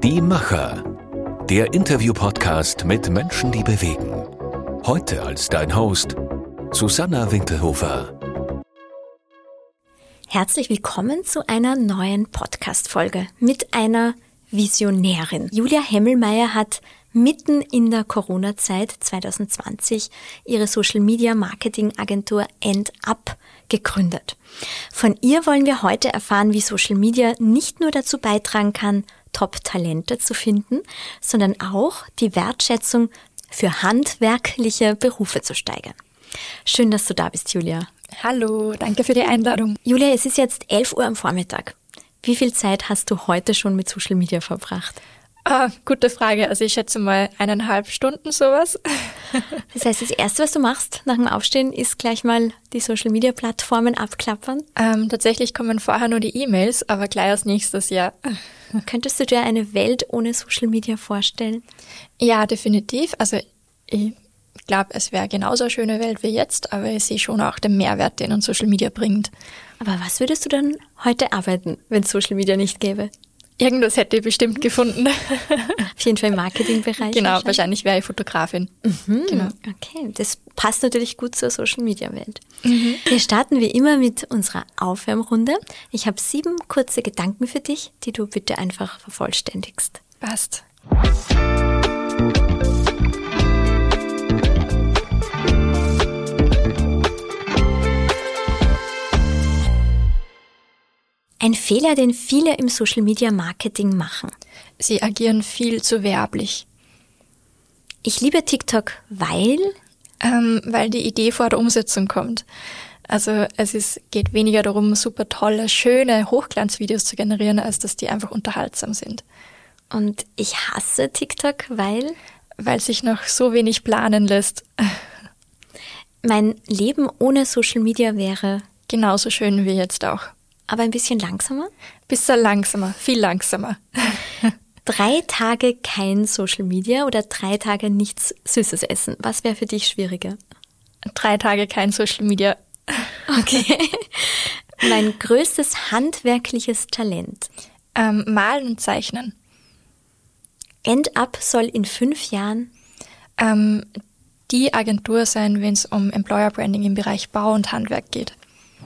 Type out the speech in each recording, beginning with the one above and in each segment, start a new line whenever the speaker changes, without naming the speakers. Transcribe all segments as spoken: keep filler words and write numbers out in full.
Die Macher. Der Interview-Podcast mit Menschen, die bewegen. Heute als dein Host Susanna Winkelhofer.
Herzlich willkommen zu einer neuen Podcast-Folge mit einer Visionärin. Julia Hemmelmeier hat mitten in der Corona-Zeit zwanzig zwanzig ihre Social-Media-Marketing-Agentur EndUp gegründet. Von ihr wollen wir heute erfahren, wie Social Media nicht nur dazu beitragen kann, Top-Talente zu finden, sondern auch die Wertschätzung für handwerkliche Berufe zu steigern. Schön, dass du da bist, Julia.
Hallo, danke für die Einladung.
Julia, es ist jetzt elf Uhr am Vormittag. Wie viel Zeit hast du heute schon mit Social Media verbracht?
Ah, gute Frage. Also ich schätze mal eineinhalb Stunden sowas.
Das heißt, das Erste, was du machst nach dem Aufstehen, ist gleich mal die Social-Media-Plattformen abklappern?
Ähm, tatsächlich kommen vorher nur die E-Mails, aber gleich als nächstes, ja.
Könntest du dir eine Welt ohne Social Media vorstellen?
Ja, definitiv. Also ich glaube, es wäre genauso eine schöne Welt wie jetzt, aber ich sehe schon auch den Mehrwert, den uns Social Media bringt.
Aber was würdest du dann heute arbeiten, wenn es Social Media nicht gäbe?
Irgendwas hätte ich bestimmt gefunden.
Auf jeden Fall im Marketingbereich.
Genau, wahrscheinlich, wahrscheinlich wäre ich Fotografin.
Mhm, genau. Okay, das passt natürlich gut zur Social-Media-Welt. Mhm. Wir starten wie immer mit unserer Aufwärmrunde. Ich habe sieben kurze Gedanken für dich, die du bitte einfach vervollständigst.
Passt.
Ein Fehler, den viele im Social-Media-Marketing machen.
Sie agieren viel zu werblich.
Ich liebe TikTok, weil?
Ähm, weil die Idee vor der Umsetzung kommt. Also es ist, geht weniger darum, super tolle, schöne Hochglanzvideos zu generieren, als dass die einfach unterhaltsam sind.
Und ich hasse TikTok, weil?
Weil sich noch so wenig planen lässt.
Mein Leben ohne Social-Media wäre?
Genauso schön wie jetzt auch.
Aber ein bisschen langsamer?
Bisschen langsamer, viel langsamer.
Drei Tage kein Social Media oder drei Tage nichts Süßes essen. Was wäre für dich schwieriger?
Drei Tage kein Social Media.
Okay. Mein größtes handwerkliches Talent?
Ähm, malen und zeichnen.
EndUp soll in fünf Jahren?
Ähm, die Agentur sein, wenn es um Employer Branding im Bereich Bau und Handwerk geht.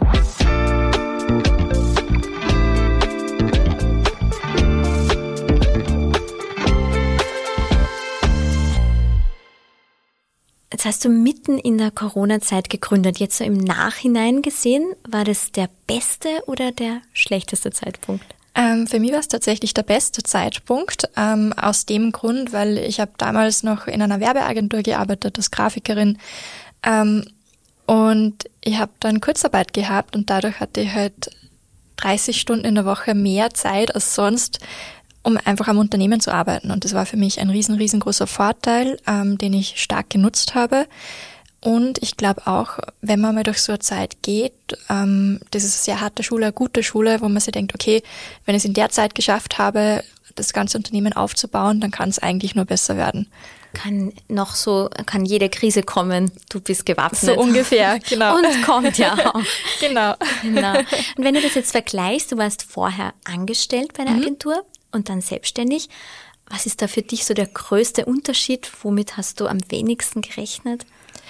Jetzt hast du mitten in der Corona-Zeit gegründet. Jetzt so im Nachhinein gesehen, war das der beste oder der schlechteste Zeitpunkt?
Ähm, für mich war es tatsächlich der beste Zeitpunkt, ähm, aus dem Grund, weil ich habe damals noch in einer Werbeagentur gearbeitet als Grafikerin ähm, und ich habe dann Kurzarbeit gehabt und dadurch hatte ich halt dreißig Stunden in der Woche mehr Zeit als sonst, um einfach am Unternehmen zu arbeiten. Und das war für mich ein riesen, riesengroßer Vorteil, ähm, den ich stark genutzt habe. Und ich glaube auch, wenn man mal durch so eine Zeit geht, ähm, das ist eine sehr harte Schule, eine gute Schule, wo man sich denkt, okay, wenn ich es in der Zeit geschafft habe, das ganze Unternehmen aufzubauen, dann kann es eigentlich nur besser werden.
Kann noch so, kann jede Krise kommen, du bist gewappnet.
So ungefähr, genau.
Und kommt ja auch.
Genau.
Genau. Und wenn du das jetzt vergleichst, du warst vorher angestellt bei einer mhm. Agentur und dann selbstständig. Was ist da für dich so der größte Unterschied? Womit hast du am wenigsten gerechnet?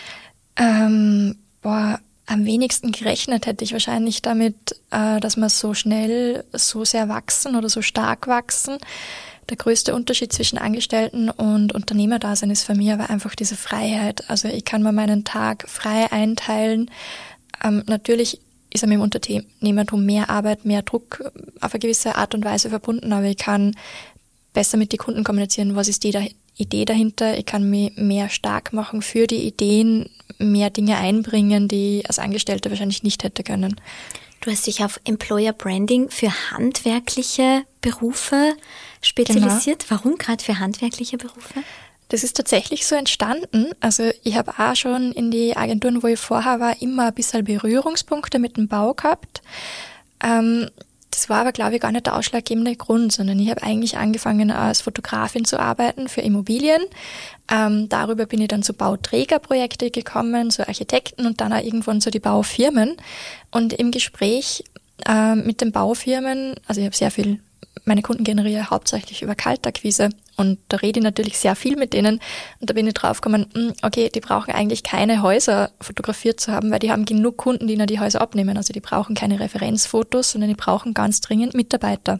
Ähm, boah, am wenigsten gerechnet hätte ich wahrscheinlich damit, äh, dass wir so schnell so sehr wachsen oder so stark wachsen. Der größte Unterschied zwischen Angestellten und Unternehmerdasein ist für mich aber einfach diese Freiheit. Also ich kann mir meinen Tag frei einteilen. Ähm, natürlich ist er mit dem Unternehmertum mehr Arbeit, mehr Druck auf eine gewisse Art und Weise verbunden, aber ich kann besser mit den Kunden kommunizieren, was ist die da- Idee dahinter, ich kann mich mehr stark machen für die Ideen, mehr Dinge einbringen, die ich als Angestellte wahrscheinlich nicht hätte können.
Du hast dich auf Employer Branding für handwerkliche Berufe spezialisiert. Genau. Warum gerade für handwerkliche Berufe?
Das ist tatsächlich so entstanden. Also ich habe auch schon in die Agenturen, wo ich vorher war, immer ein bisschen Berührungspunkte mit dem Bau gehabt. Ähm, das war aber, glaube ich, gar nicht der ausschlaggebende Grund, sondern ich habe eigentlich angefangen, als Fotografin zu arbeiten für Immobilien. Ähm, darüber bin ich dann zu Bauträgerprojekte gekommen, zu Architekten und dann auch irgendwann zu die Baufirmen. Und im Gespräch äh, mit den Baufirmen, also ich habe sehr viel meine Kunden generiere hauptsächlich über Kaltakquise und da rede ich natürlich sehr viel mit denen und da bin ich draufgekommen, okay, die brauchen eigentlich keine Häuser fotografiert zu haben, weil die haben genug Kunden, die ihnen die Häuser abnehmen. Also die brauchen keine Referenzfotos, sondern die brauchen ganz dringend Mitarbeiter.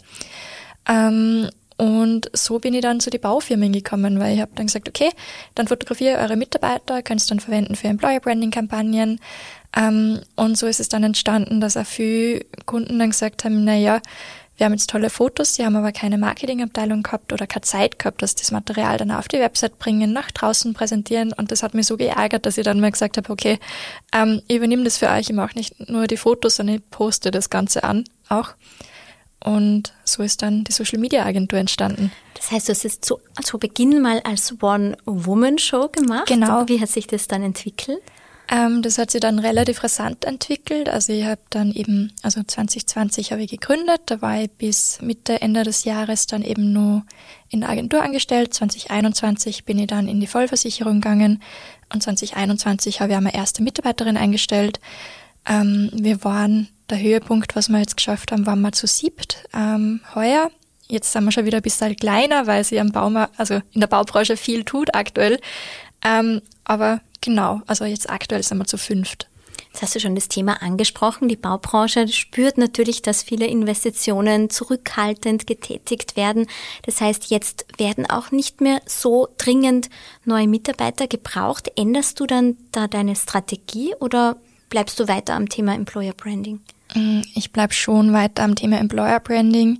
Ähm, und so bin ich dann zu den Baufirmen gekommen, weil ich habe dann gesagt, okay, dann fotografiere eure Mitarbeiter, könnt ihr dann verwenden für Employer-Branding-Kampagnen. Ähm, und so ist es dann entstanden, dass auch viele Kunden dann gesagt haben, naja, wir haben jetzt tolle Fotos, die haben aber keine Marketingabteilung gehabt oder keine Zeit gehabt, dass das Material dann auf die Website bringen, nach draußen präsentieren. Und das hat mich so geärgert, dass ich dann mal gesagt habe, okay, ähm, ich übernehme das für euch, ich mache nicht nur die Fotos, sondern ich poste das Ganze an auch. Und so ist dann die Social-Media-Agentur entstanden.
Das heißt, du hast es zu, zu Beginn mal als One-Woman-Show gemacht.
Genau.
Wie hat sich das dann entwickelt?
Ähm, das hat sich dann relativ rasant entwickelt. Also ich habe dann eben, also zwanzig zwanzig habe ich gegründet, da war ich bis Mitte, Ende des Jahres dann eben nur in der Agentur angestellt. zwanzig einundzwanzig bin ich dann in die Vollversicherung gegangen und zwanzig einundzwanzig habe ich eine erste Mitarbeiterin eingestellt. Ähm, wir waren, der Höhepunkt, was wir jetzt geschafft haben, waren wir zu siebt ähm, heuer. Jetzt sind wir schon wieder ein bisschen kleiner, weil sich am Baumarkt, also in der Baubranche viel tut aktuell. Ähm, aber genau, also jetzt aktuell sind wir zu fünft.
Jetzt hast du schon das Thema angesprochen. Die Baubranche spürt natürlich, dass viele Investitionen zurückhaltend getätigt werden. Das heißt, jetzt werden auch nicht mehr so dringend neue Mitarbeiter gebraucht. Änderst du dann da deine Strategie oder bleibst du weiter am Thema Employer Branding?
Ich bleib schon weiter am Thema Employer Branding.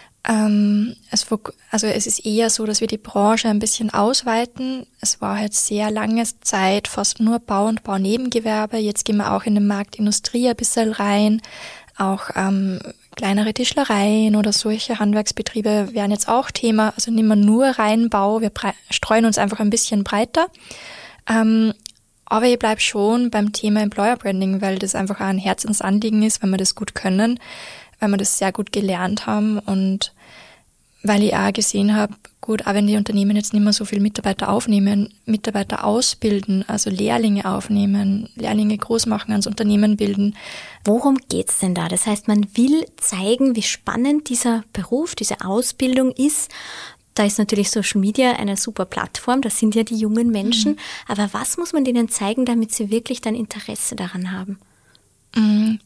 Ähm, es, also es ist eher so, dass wir die Branche ein bisschen ausweiten. Es war halt sehr lange Zeit fast nur Bau und Baunebengewerbe. Jetzt gehen wir auch in den Markt Industrie ein bisschen rein. Auch ähm, kleinere Tischlereien oder solche Handwerksbetriebe wären jetzt auch Thema. Also nicht mehr nur rein Bau, wir bre- streuen uns einfach ein bisschen breiter. Ähm, aber ich bleib schon beim Thema Employer Branding, weil das einfach auch ein Herzensanliegen ist, wenn wir das gut können, weil wir das sehr gut gelernt haben und weil ich auch gesehen habe, gut, auch wenn die Unternehmen jetzt nicht mehr so viele Mitarbeiter aufnehmen, Mitarbeiter ausbilden, also Lehrlinge aufnehmen, Lehrlinge groß machen, ans Unternehmen bilden.
Worum geht's denn da? Das heißt, man will zeigen, wie spannend dieser Beruf, diese Ausbildung ist. Da ist natürlich Social Media eine super Plattform, das sind ja die jungen Menschen. Mhm. Aber was muss man denen zeigen, damit sie wirklich dann Interesse daran haben?
Mhm.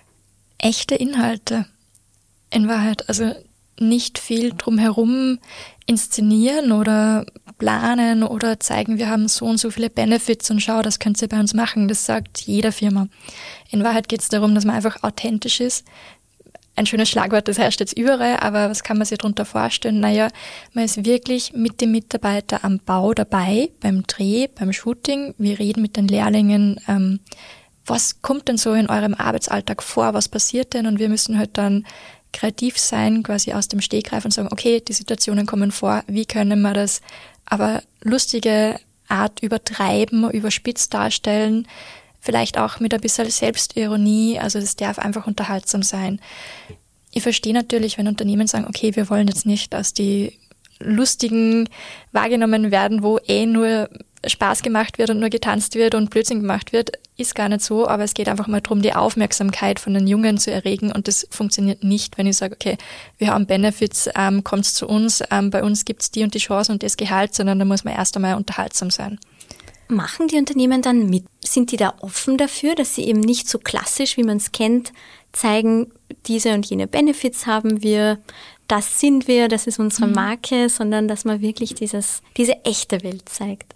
Echte Inhalte, in Wahrheit. Also nicht viel drumherum inszenieren oder planen oder zeigen, wir haben so und so viele Benefits und schau, das könnt ihr bei uns machen. Das sagt jede Firma. In Wahrheit geht es darum, dass man einfach authentisch ist. Ein schönes Schlagwort, das heißt jetzt überall, aber was kann man sich darunter vorstellen? Naja, man ist wirklich mit dem Mitarbeiter am Bau dabei, beim Dreh, beim Shooting. Wir reden mit den Lehrlingen, ähm, was kommt denn so in eurem Arbeitsalltag vor, was passiert denn? Und wir müssen halt dann kreativ sein, quasi aus dem Stegreif und sagen, okay, die Situationen kommen vor, wie können wir das aber lustige Art übertreiben, überspitzt darstellen, vielleicht auch mit ein bisschen Selbstironie, also das darf einfach unterhaltsam sein. Ich verstehe natürlich, wenn Unternehmen sagen, okay, wir wollen jetzt nicht, dass die lustigen wahrgenommen werden, wo eh nur Spaß gemacht wird und nur getanzt wird und Blödsinn gemacht wird, ist gar nicht so, aber es geht einfach mal darum, die Aufmerksamkeit von den Jungen zu erregen und das funktioniert nicht, wenn ich sage, okay, wir haben Benefits, ähm, kommt zu uns, ähm, bei uns gibt's die und die Chance und das Gehalt, sondern da muss man erst einmal unterhaltsam sein.
Machen die Unternehmen dann mit? Sind die da offen dafür, dass sie eben nicht so klassisch, wie man es kennt, zeigen, diese und jene Benefits haben wir, das sind wir, das ist unsere Marke, sondern dass man wirklich dieses, diese echte Welt zeigt?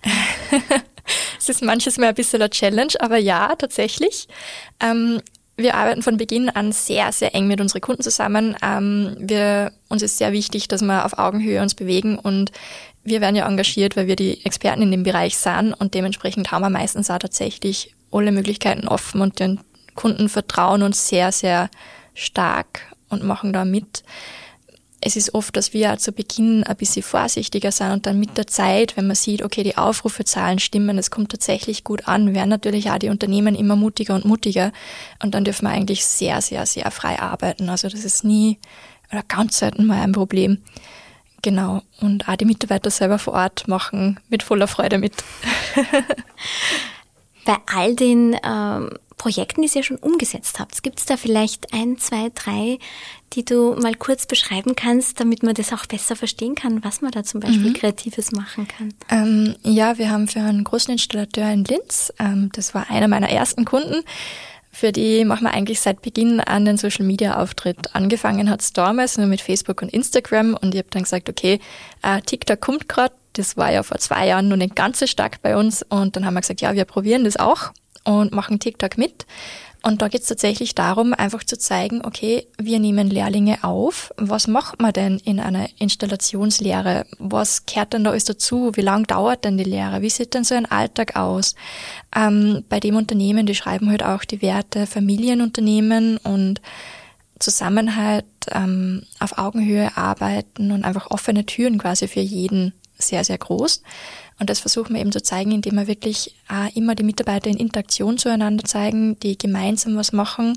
Es ist manches Mal ein bisschen eine Challenge, aber ja, tatsächlich. Ähm, wir arbeiten von Beginn an sehr, sehr eng mit unseren Kunden zusammen. Ähm, wir, uns ist sehr wichtig, dass wir auf Augenhöhe uns bewegen und wir werden ja engagiert, weil wir die Experten in dem Bereich sind und dementsprechend haben wir meistens auch tatsächlich alle Möglichkeiten offen und den Kunden vertrauen uns sehr, sehr stark und machen da mit. Es ist oft, dass wir zu Beginn ein bisschen vorsichtiger sind und dann mit der Zeit, wenn man sieht, okay, die Aufrufezahlen stimmen, es kommt tatsächlich gut an, werden natürlich auch die Unternehmen immer mutiger und mutiger und dann dürfen wir eigentlich sehr, sehr, sehr frei arbeiten. Also das ist nie oder ganz selten mal ein Problem. Genau. Und auch die Mitarbeiter selber vor Ort machen mit voller Freude mit.
Bei all den ähm, Projekten, die ihr schon umgesetzt habt, gibt es da vielleicht ein, zwei, drei, die du mal kurz beschreiben kannst, damit man das auch besser verstehen kann, was man da zum Beispiel mhm. Kreatives machen kann?
Ähm, ja, wir haben für einen großen Installateur in Linz, ähm, das war einer meiner ersten Kunden, für die machen wir eigentlich seit Beginn an den Social-Media-Auftritt. Angefangen hat es damals nur mit Facebook und Instagram und ich habe dann gesagt, okay, äh, TikTok kommt gerade. Das war ja vor zwei Jahren noch nicht ganz so stark bei uns und dann haben wir gesagt, ja, wir probieren das auch und machen TikTok mit. Und da geht es tatsächlich darum, einfach zu zeigen, okay, wir nehmen Lehrlinge auf. Was macht man denn in einer Installationslehre? Was gehört denn da alles dazu? Wie lang dauert denn die Lehre? Wie sieht denn so ein Alltag aus? Ähm, bei dem Unternehmen, die schreiben halt auch die Werte Familienunternehmen und Zusammenhalt, ähm, auf Augenhöhe arbeiten und einfach offene Türen quasi für jeden sehr, sehr groß. Und das versuchen wir eben zu zeigen, indem wir wirklich auch immer die Mitarbeiter in Interaktion zueinander zeigen, die gemeinsam was machen.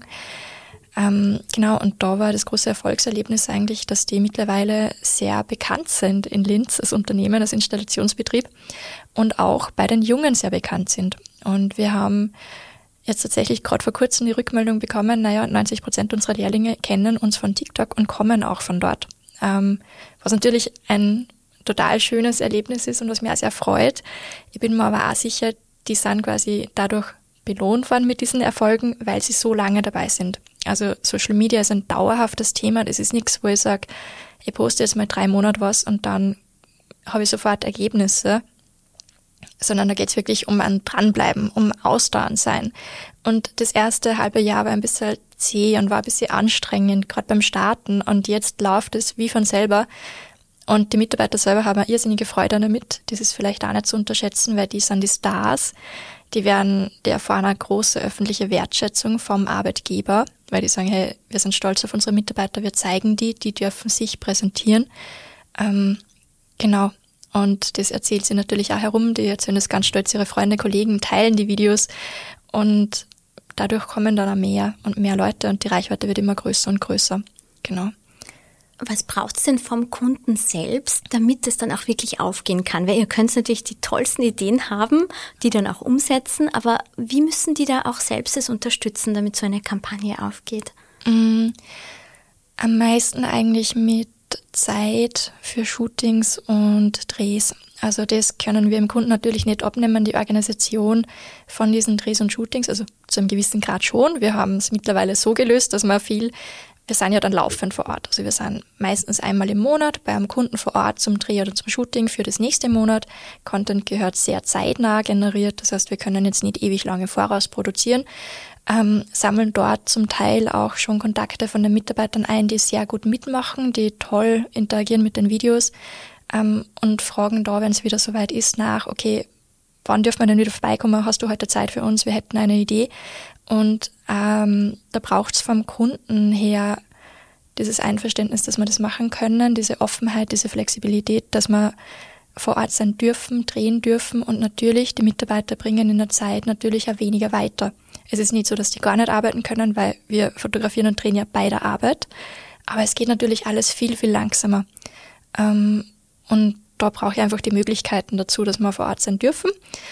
Ähm, genau, und da war das große Erfolgserlebnis eigentlich, dass die mittlerweile sehr bekannt sind in Linz als Unternehmen, als Installationsbetrieb und auch bei den Jungen sehr bekannt sind. Und wir haben jetzt tatsächlich gerade vor kurzem die Rückmeldung bekommen, naja, neunzig Prozent unserer Lehrlinge kennen uns von TikTok und kommen auch von dort. Ähm, was natürlich ein total schönes Erlebnis ist und was mich auch sehr freut. Ich bin mir aber auch sicher, die sind quasi dadurch belohnt worden mit diesen Erfolgen, weil sie so lange dabei sind. Also Social Media ist ein dauerhaftes Thema. Das ist nichts, wo ich sage, ich poste jetzt mal drei Monate was und dann habe ich sofort Ergebnisse, sondern da geht es wirklich um ein Dranbleiben, um Ausdauernd sein. Und das erste halbe Jahr war ein bisschen zäh und war ein bisschen anstrengend, gerade beim Starten. Und jetzt läuft es wie von selber. Und die Mitarbeiter selber haben eine irrsinnige Freude damit. Das ist vielleicht auch nicht zu unterschätzen, weil die sind die Stars. Die werden, die erfahren eine große öffentliche Wertschätzung vom Arbeitgeber, weil die sagen, hey, wir sind stolz auf unsere Mitarbeiter, wir zeigen die, die dürfen sich präsentieren. Ähm, genau. Und das erzählt sie natürlich auch herum. Die erzählen das ganz stolz, ihre Freunde, Kollegen teilen die Videos. Und dadurch kommen dann auch mehr und mehr Leute und die Reichweite wird immer größer und größer. Genau.
Was braucht es denn vom Kunden selbst, damit es dann auch wirklich aufgehen kann? Weil ihr könnt natürlich die tollsten Ideen haben, die dann auch umsetzen, aber wie müssen die da auch selbst es unterstützen, damit so eine Kampagne aufgeht?
Mm, am meisten eigentlich mit Zeit für Shootings und Drehs. Also das können wir dem Kunden natürlich nicht abnehmen, die Organisation von diesen Drehs und Shootings, also zu einem gewissen Grad schon. Wir haben es mittlerweile so gelöst, dass man viel Wir sind ja dann laufend vor Ort. Also wir sind meistens einmal im Monat bei einem Kunden vor Ort zum Dreh oder zum Shooting für das nächste Monat. Content gehört sehr zeitnah generiert. Das heißt, wir können jetzt nicht ewig lange voraus produzieren. Ähm, sammeln dort zum Teil auch schon Kontakte von den Mitarbeitern ein, die sehr gut mitmachen, die toll interagieren mit den Videos ähm, und fragen da, wenn es wieder soweit ist, nach, okay, wann dürfen wir denn wieder vorbeikommen? Hast du heute Zeit für uns? Wir hätten eine Idee. Und ähm, da braucht es vom Kunden her dieses Einverständnis, dass wir das machen können, diese Offenheit, diese Flexibilität, dass wir vor Ort sein dürfen, drehen dürfen und natürlich die Mitarbeiter bringen in der Zeit natürlich auch weniger weiter. Es ist nicht so, dass die gar nicht arbeiten können, weil wir fotografieren und drehen ja bei der Arbeit, aber es geht natürlich alles viel, viel langsamer. Ähm, und da brauche ich einfach die Möglichkeiten dazu, dass wir vor Ort sein dürfen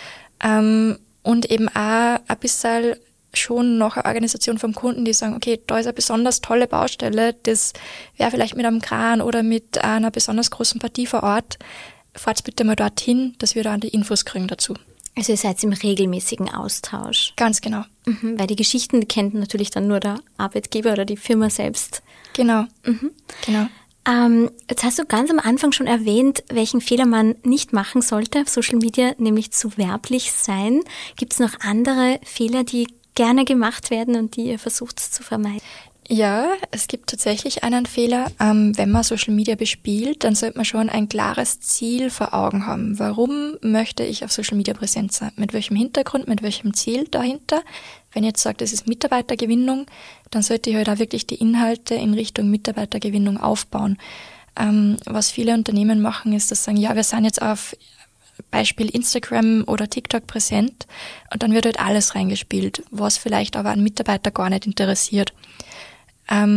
ähm, und eben auch ein bisschen schon noch eine Organisation vom Kunden, die sagen, okay, da ist eine besonders tolle Baustelle, das wäre vielleicht mit einem Kran oder mit einer besonders großen Partie vor Ort. Fahrt bitte mal dorthin, dass wir da die Infos kriegen dazu.
Also ihr seid im regelmäßigen Austausch.
Ganz genau.
Mhm, weil die Geschichten die kennt natürlich dann nur der Arbeitgeber oder die Firma selbst.
Genau,
mhm.
genau.
Ähm, jetzt hast du ganz am Anfang schon erwähnt, welchen Fehler man nicht machen sollte auf Social Media, nämlich zu werblich sein. Gibt es noch andere Fehler, die gerne gemacht werden und die ihr versucht zu vermeiden?
Ja, es gibt tatsächlich einen Fehler. Ähm, wenn man Social Media bespielt, dann sollte man schon ein klares Ziel vor Augen haben. Warum möchte ich auf Social Media präsent sein? Mit welchem Hintergrund, mit welchem Ziel dahinter? Wenn ich jetzt sage, das ist Mitarbeitergewinnung, dann sollte ich halt auch wirklich die Inhalte in Richtung Mitarbeitergewinnung aufbauen. Ähm, was viele Unternehmen machen, ist, dass sie sagen, ja, wir sind jetzt auf Beispiel Instagram oder TikTok präsent und dann wird halt alles reingespielt, was vielleicht aber einen Mitarbeiter gar nicht interessiert. Ähm,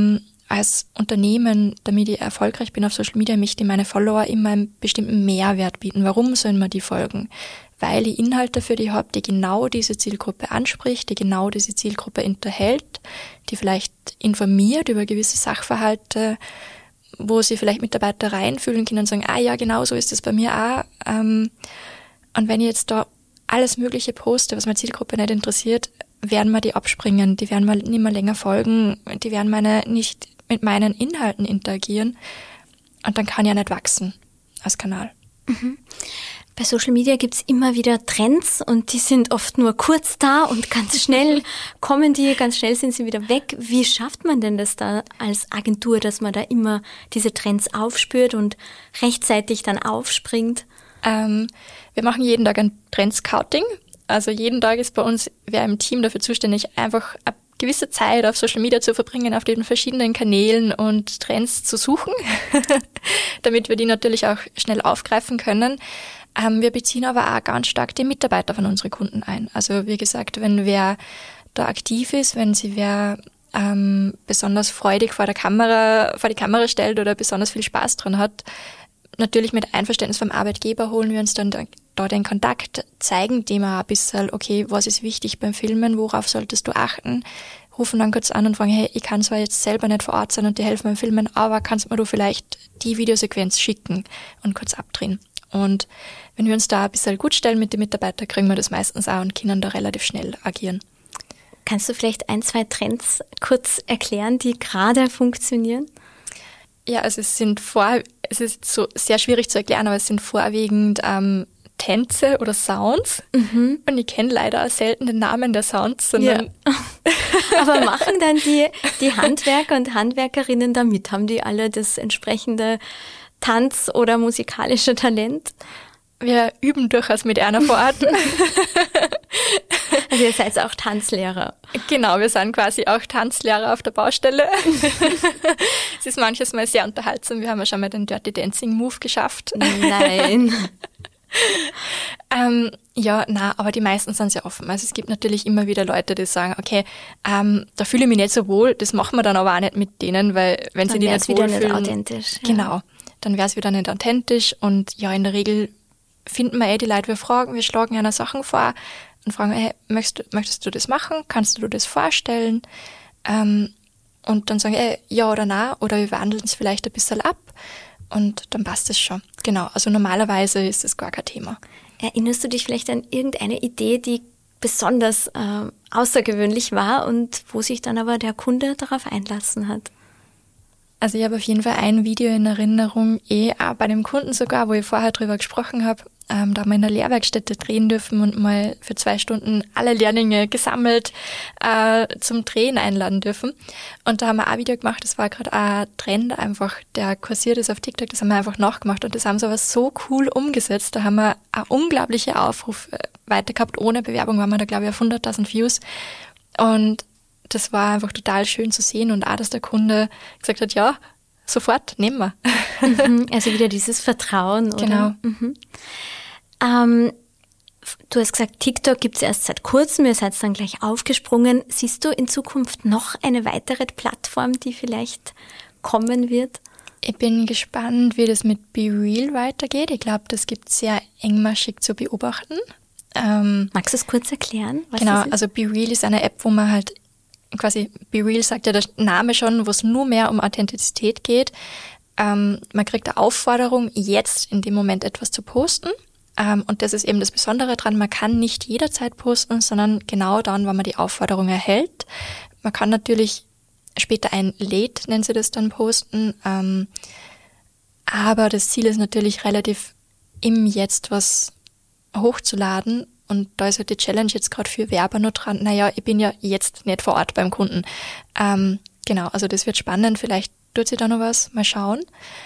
als Unternehmen, damit ich erfolgreich bin auf Social Media, möchte ich meine Follower immer einen bestimmten Mehrwert bieten. Warum sollen wir die folgen? Weil ich Inhalte für die habe, die genau diese Zielgruppe anspricht, die genau diese Zielgruppe unterhält, die vielleicht informiert über gewisse Sachverhalte, wo sie vielleicht Mitarbeiter reinfühlen können und sagen, ah ja, genau so ist es bei mir auch. Und wenn ich jetzt da alles Mögliche poste, was meine Zielgruppe nicht interessiert, werden wir die abspringen, die werden mir nicht mehr länger folgen, die werden meine nicht mit meinen Inhalten interagieren und dann kann ich ja nicht wachsen als Kanal.
Mhm. Bei Social Media gibt's immer wieder Trends und die sind oft nur kurz da und ganz schnell kommen die, ganz schnell sind sie wieder weg. Wie schafft man denn das da als Agentur, dass man da immer diese Trends aufspürt und rechtzeitig dann aufspringt?
Ähm, wir machen jeden Tag ein Trendscouting. Also jeden Tag ist bei uns wer im Team dafür zuständig, einfach eine gewisse Zeit auf Social Media zu verbringen, auf den verschiedenen Kanälen und Trends zu suchen, damit wir die natürlich auch schnell aufgreifen können. Ähm, wir beziehen aber auch ganz stark die Mitarbeiter von unseren Kunden ein. Also wie gesagt, wenn wer da aktiv ist, wenn sie wer ähm, besonders freudig vor der Kamera, vor die Kamera stellt oder besonders viel Spaß dran hat, natürlich mit Einverständnis vom Arbeitgeber holen wir uns dann da, da den Kontakt, zeigen dem auch ein bisschen, okay, was ist wichtig beim Filmen, worauf solltest du achten, rufen dann kurz an und fragen, hey, ich kann zwar jetzt selber nicht vor Ort sein und dir helfen beim Filmen, aber kannst mir du vielleicht die Videosequenz schicken und kurz abdrehen. Und wenn wir uns da ein bisschen gut stellen mit den Mitarbeitern, kriegen wir das meistens auch und können da relativ schnell agieren.
Kannst du vielleicht ein, zwei Trends kurz erklären, die gerade funktionieren?
Ja, also es sind vor, es ist so sehr schwierig zu erklären, aber es sind vorwiegend ähm, Tänze oder Sounds. Mhm. Und ich kenne leider selten den Namen der Sounds, sondern
ja. Aber machen dann die, die Handwerker und Handwerkerinnen da mit? Haben die alle das entsprechende Tanz- oder musikalische Talent?
Wir üben durchaus mit einer vor Ort.
Also ihr seid auch Tanzlehrer.
Genau, wir sind quasi auch Tanzlehrer auf der Baustelle. Es ist manches Mal sehr unterhaltsam. Wir haben ja schon mal den Dirty Dancing Move geschafft.
Nein.
ähm, ja, na, aber die meisten sind sehr offen. Also es gibt natürlich immer wieder Leute, die sagen, okay, ähm, da fühle ich mich nicht so wohl, das machen wir dann aber auch nicht mit denen, weil wenn
dann
sie die nicht wohlfühlen...
Dann wäre es wieder nicht authentisch. Ja.
Genau, dann wäre es wieder nicht authentisch und ja, in der Regel finden wir eh die Leute, wir fragen, wir schlagen einer Sachen vor und fragen, hey, möchtest, möchtest du das machen? Kannst du das vorstellen? Ähm, und dann sagen, ey, ja oder nein, oder wir wandeln es vielleicht ein bisschen ab und dann passt es schon. Genau, also normalerweise ist das gar kein Thema.
Erinnerst du dich vielleicht an irgendeine Idee, die besonders äh, außergewöhnlich war und wo sich dann aber der Kunde darauf einlassen hat?
Also ich habe auf jeden Fall ein Video in Erinnerung, eh auch bei dem Kunden sogar, wo ich vorher drüber gesprochen habe. Ähm, da haben wir in der Lehrwerkstätte drehen dürfen und mal für zwei Stunden alle Lehrlinge gesammelt äh, zum Drehen einladen dürfen. Und da haben wir auch ein Video gemacht, das war gerade ein Trend einfach, der kursiert ist auf TikTok, das haben wir einfach nachgemacht und das haben sie aber so cool umgesetzt. Da haben wir eine unglaubliche Aufruf weiter gehabt, ohne Bewerbung waren wir da glaube ich auf hunderttausend Views und das war einfach total schön zu sehen und auch, dass der Kunde gesagt hat, ja, sofort, nehmen wir.
Mhm, also wieder dieses Vertrauen, oder?
Genau.
Mhm. Ähm, du hast gesagt, TikTok gibt es erst seit kurzem, ihr seid dann gleich aufgesprungen. Siehst du in Zukunft noch eine weitere Plattform, die vielleicht kommen wird?
Ich bin gespannt, wie das mit BeReal weitergeht. Ich glaube, das gibt es sehr engmaschig zu beobachten. Ähm,
Magst du es kurz erklären? Was
genau,
das ist?
also BeReal ist eine App, wo man halt quasi, BeReal sagt ja der Name schon, wo es nur mehr um Authentizität geht. Ähm, man kriegt eine Aufforderung, jetzt in dem Moment etwas zu posten. Ähm, und das ist eben das Besondere dran, man kann nicht jederzeit posten, sondern genau dann, wenn man die Aufforderung erhält. Man kann natürlich später ein Late, nennen sie das dann, posten. Ähm, aber das Ziel ist natürlich relativ im Jetzt was hochzuladen. Und da ist halt die Challenge jetzt gerade für Werber nur dran, naja, ich bin ja jetzt nicht vor Ort beim Kunden. Ähm, genau, also das wird spannend, vielleicht tut sich da noch was, mal schauen.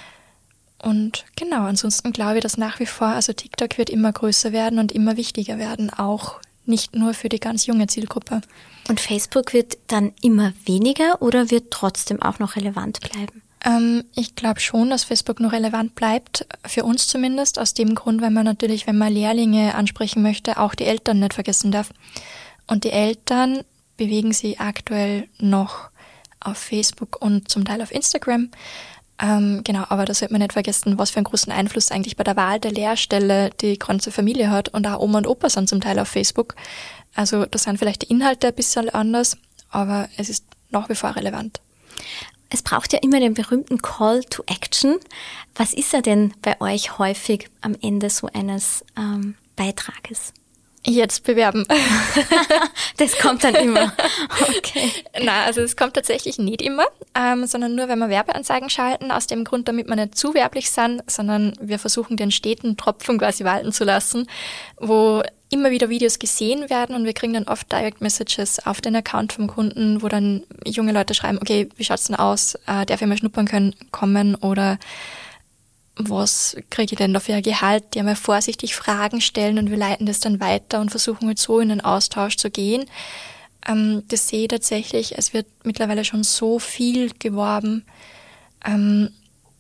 Und genau, ansonsten glaube ich, dass nach wie vor, also TikTok wird immer größer werden und immer wichtiger werden, auch nicht nur für die ganz junge Zielgruppe.
Und Facebook wird dann immer weniger oder wird trotzdem auch noch relevant bleiben?
Ähm, ich glaube schon, dass Facebook noch relevant bleibt, für uns zumindest, aus dem Grund, weil man natürlich, wenn man Lehrlinge ansprechen möchte, auch die Eltern nicht vergessen darf. Und die Eltern bewegen sich aktuell noch auf Facebook und zum Teil auf Instagram. Ähm, genau, aber da sollte man nicht vergessen, was für einen großen Einfluss eigentlich bei der Wahl der Lehrstelle die ganze Familie hat. Und auch Oma und Opa sind zum Teil auf Facebook. Also da sind vielleicht die Inhalte ein bisschen anders, aber es ist nach wie vor relevant.
Es braucht ja immer den berühmten Call to Action. Was ist er denn bei euch häufig am Ende so eines ähm, Beitrages?
Jetzt bewerben.
Das kommt dann immer. Okay.
Nein, also es kommt tatsächlich nicht immer, ähm, sondern nur, wenn wir Werbeanzeigen schalten, aus dem Grund, damit wir nicht zu werblich sind, sondern wir versuchen, den steten Tropfen quasi walten zu lassen, wo immer wieder Videos gesehen werden und wir kriegen dann oft Direct Messages auf den Account vom Kunden, wo dann junge Leute schreiben, okay, wie schaut's denn aus, äh, darf ich mal schnuppern können, kommen oder was kriege ich denn da für ein Gehalt? Die einmal vorsichtig Fragen stellen und wir leiten das dann weiter und versuchen halt so in den Austausch zu gehen. Ähm, das sehe ich tatsächlich, es wird mittlerweile schon so viel geworben, ähm,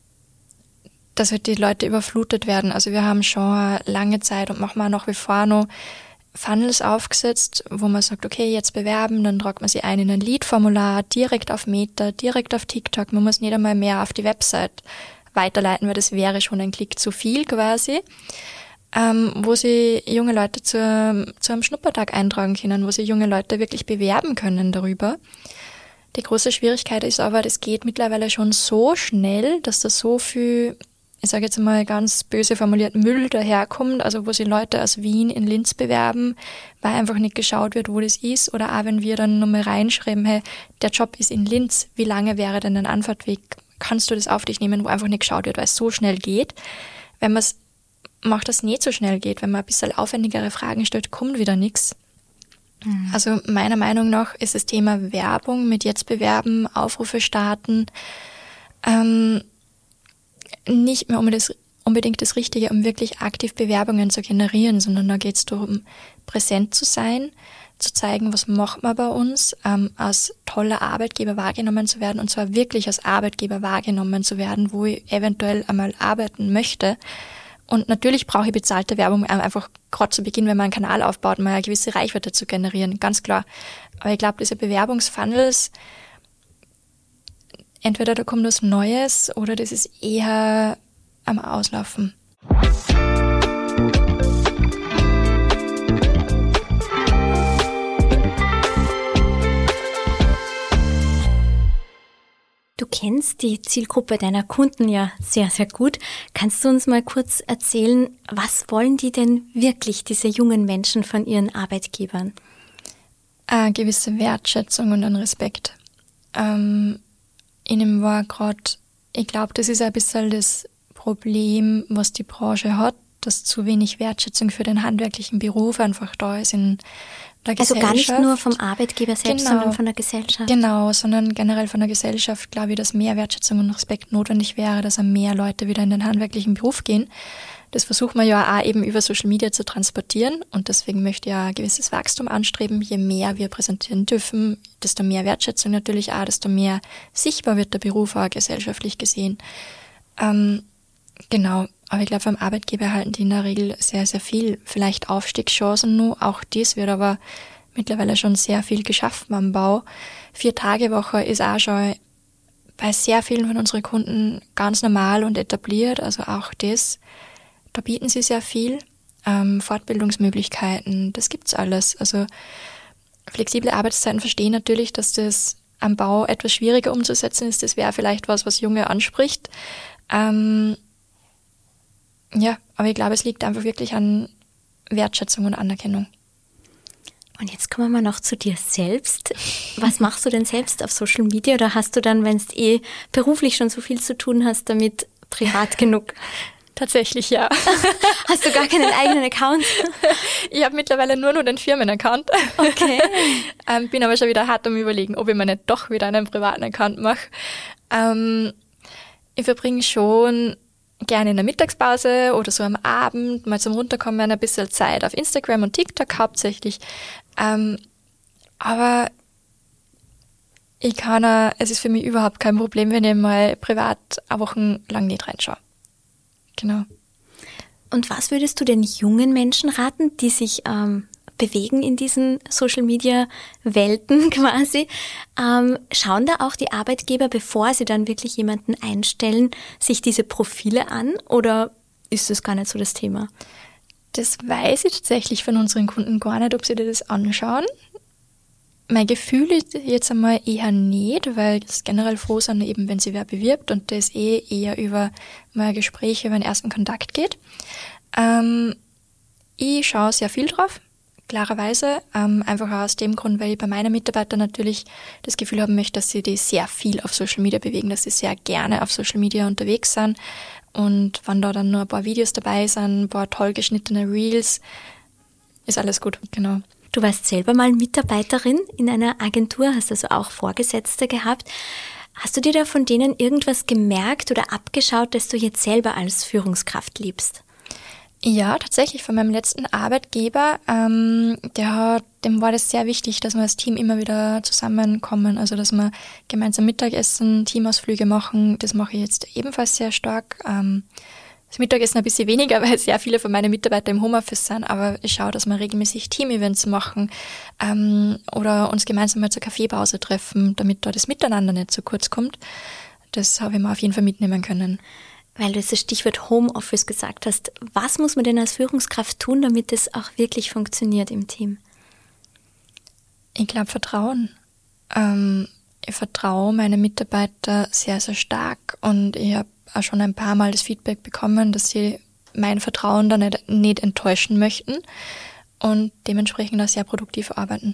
dass halt die Leute überflutet werden. Also wir haben schon lange Zeit und machen wir nach wie vor noch Funnels aufgesetzt, wo man sagt, okay, jetzt bewerben, dann tragt man sie ein in ein Lead-Formular, direkt auf Meta, direkt auf TikTok. Man muss nicht einmal mehr auf die Website weiterleiten, weil das wäre schon ein Klick zu viel quasi, ähm, wo sie junge Leute zu, zu einem Schnuppertag eintragen können, wo sie junge Leute wirklich bewerben können darüber. Die große Schwierigkeit ist aber, das geht mittlerweile schon so schnell, dass da so viel, ich sage jetzt mal ganz böse formuliert, Müll daherkommt, also wo sie Leute aus Wien in Linz bewerben, weil einfach nicht geschaut wird, wo das ist, oder auch wenn wir dann nochmal reinschreiben, hey, der Job ist in Linz, wie lange wäre denn ein Anfahrtweg? Kannst du das auf dich nehmen, wo einfach nicht geschaut wird, weil es so schnell geht. Wenn man es macht, das nicht so schnell geht, wenn man ein bisschen aufwendigere Fragen stellt, kommt wieder nichts. Mhm. Also meiner Meinung nach ist das Thema Werbung mit jetzt bewerben, Aufrufe starten, ähm, nicht mehr um das, unbedingt das Richtige, um wirklich aktiv Bewerbungen zu generieren, sondern da geht es darum, präsent zu sein, zu zeigen, was macht man bei uns, ähm, als toller Arbeitgeber wahrgenommen zu werden und zwar wirklich als Arbeitgeber wahrgenommen zu werden, wo ich eventuell einmal arbeiten möchte. Und natürlich brauche ich bezahlte Werbung, einfach gerade zu Beginn, wenn man einen Kanal aufbaut, mal eine gewisse Reichweite zu generieren, ganz klar. Aber ich glaube, diese Bewerbungsfunnels, entweder da kommt was Neues oder das ist eher am Auslaufen.
Du kennst die Zielgruppe deiner Kunden ja sehr, sehr gut. Kannst du uns mal kurz erzählen, was wollen die denn wirklich, diese jungen Menschen, von ihren Arbeitgebern?
Eine gewisse Wertschätzung und ein Respekt. Ähm, ihnen war gerade, ich glaube, das ist ein bisschen das Problem, was die Branche hat, dass zu wenig Wertschätzung für den handwerklichen Beruf einfach da ist in der Gesellschaft.
Also gar nicht nur vom Arbeitgeber selbst,
genau,
sondern von der Gesellschaft.
Genau, sondern generell von der Gesellschaft, glaube ich, dass mehr Wertschätzung und Respekt notwendig wäre, dass mehr Leute wieder in den handwerklichen Beruf gehen. Das versucht man ja auch eben über Social Media zu transportieren und deswegen möchte ich ja ein gewisses Wachstum anstreben. Je mehr wir präsentieren dürfen, desto mehr Wertschätzung natürlich auch, desto mehr sichtbar wird der Beruf auch gesellschaftlich gesehen. Ähm, genau, aber ich glaube, beim Arbeitgeber erhalten die in der Regel sehr, sehr viel, vielleicht Aufstiegschancen nur. Auch dies wird aber mittlerweile schon sehr viel geschaffen am Bau. Vier-Tage-Woche ist auch schon bei sehr vielen von unseren Kunden ganz normal und etabliert, also auch das. Da bieten sie sehr viel, ähm, Fortbildungsmöglichkeiten, das gibt's alles. Also flexible Arbeitszeiten verstehen natürlich, dass das am Bau etwas schwieriger umzusetzen ist. Das wäre vielleicht was, was Junge anspricht. Ähm, ja, aber ich glaube, es liegt einfach wirklich an Wertschätzung und Anerkennung.
Und jetzt kommen wir noch zu dir selbst. Was machst du denn selbst auf Social Media? Oder hast du dann, wenn es eh beruflich schon so viel zu tun hast, damit privat genug?
Tatsächlich, ja.
Hast du gar keinen eigenen Account?
Ich habe mittlerweile nur noch den Firmenaccount.
Okay.
ähm, bin aber schon wieder hart am Überlegen, ob ich mir nicht doch wieder einen privaten Account mache. Ähm, ich verbringe schon gerne in der Mittagspause oder so am Abend mal zum Runterkommen ein bisschen Zeit auf Instagram und TikTok hauptsächlich. Ähm, aber ich kann, auch, es ist für mich überhaupt kein Problem, wenn ich mal privat eine Woche lang nicht reinschaue. Genau.
Und was würdest du den jungen Menschen raten, die sich ähm, bewegen in diesen Social-Media-Welten quasi. Ähm, schauen da auch die Arbeitgeber, bevor sie dann wirklich jemanden einstellen, sich diese Profile an oder ist das gar nicht so das Thema?
Das weiß ich tatsächlich von unseren Kunden gar nicht, ob sie das anschauen. Mein Gefühl ist jetzt einmal eher nicht, weil es generell froh sind, eben wenn sie wer bewirbt und das eh eher über mal Gespräche, über den ersten Kontakt geht. Ähm, ich schaue sehr viel drauf, klarerweise, ähm, einfach aus dem Grund, weil ich bei meinen Mitarbeitern natürlich das Gefühl haben möchte, dass sie die sehr viel auf Social Media bewegen, dass sie sehr gerne auf Social Media unterwegs sind. Und wenn da dann nur ein paar Videos dabei sind, ein paar toll geschnittene Reels, ist alles gut, genau.
Du warst selber mal Mitarbeiterin in einer Agentur, hast also auch Vorgesetzte gehabt. Hast du dir da von denen irgendwas gemerkt oder abgeschaut, das du jetzt selber als Führungskraft liebst?
Ja, tatsächlich von meinem letzten Arbeitgeber, ähm, der hat, dem war das sehr wichtig, dass wir als Team immer wieder zusammenkommen, also dass wir gemeinsam Mittagessen, Teamausflüge machen, das mache ich jetzt ebenfalls sehr stark. Ähm, das Mittagessen ein bisschen weniger, weil sehr viele von meinen Mitarbeitern im Homeoffice sind, aber ich schaue, dass wir regelmäßig Team-Events machen ähm, oder uns gemeinsam mal zur Kaffeepause treffen, damit da das Miteinander nicht zu kurz kommt. Das habe ich mir auf jeden Fall mitnehmen können.
Weil du das Stichwort Homeoffice gesagt hast, was muss man denn als Führungskraft tun, damit es auch wirklich funktioniert im Team?
Ich glaube Vertrauen. Ähm, ich vertraue meinen Mitarbeitern sehr, sehr stark und ich habe auch schon ein paar Mal das Feedback bekommen, dass sie mein Vertrauen da nicht, nicht enttäuschen möchten und dementsprechend auch sehr produktiv arbeiten.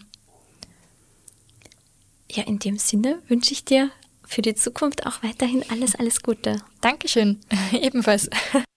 Ja, in dem Sinne wünsche ich dir für die Zukunft auch weiterhin alles, alles Gute.
Dankeschön, ebenfalls.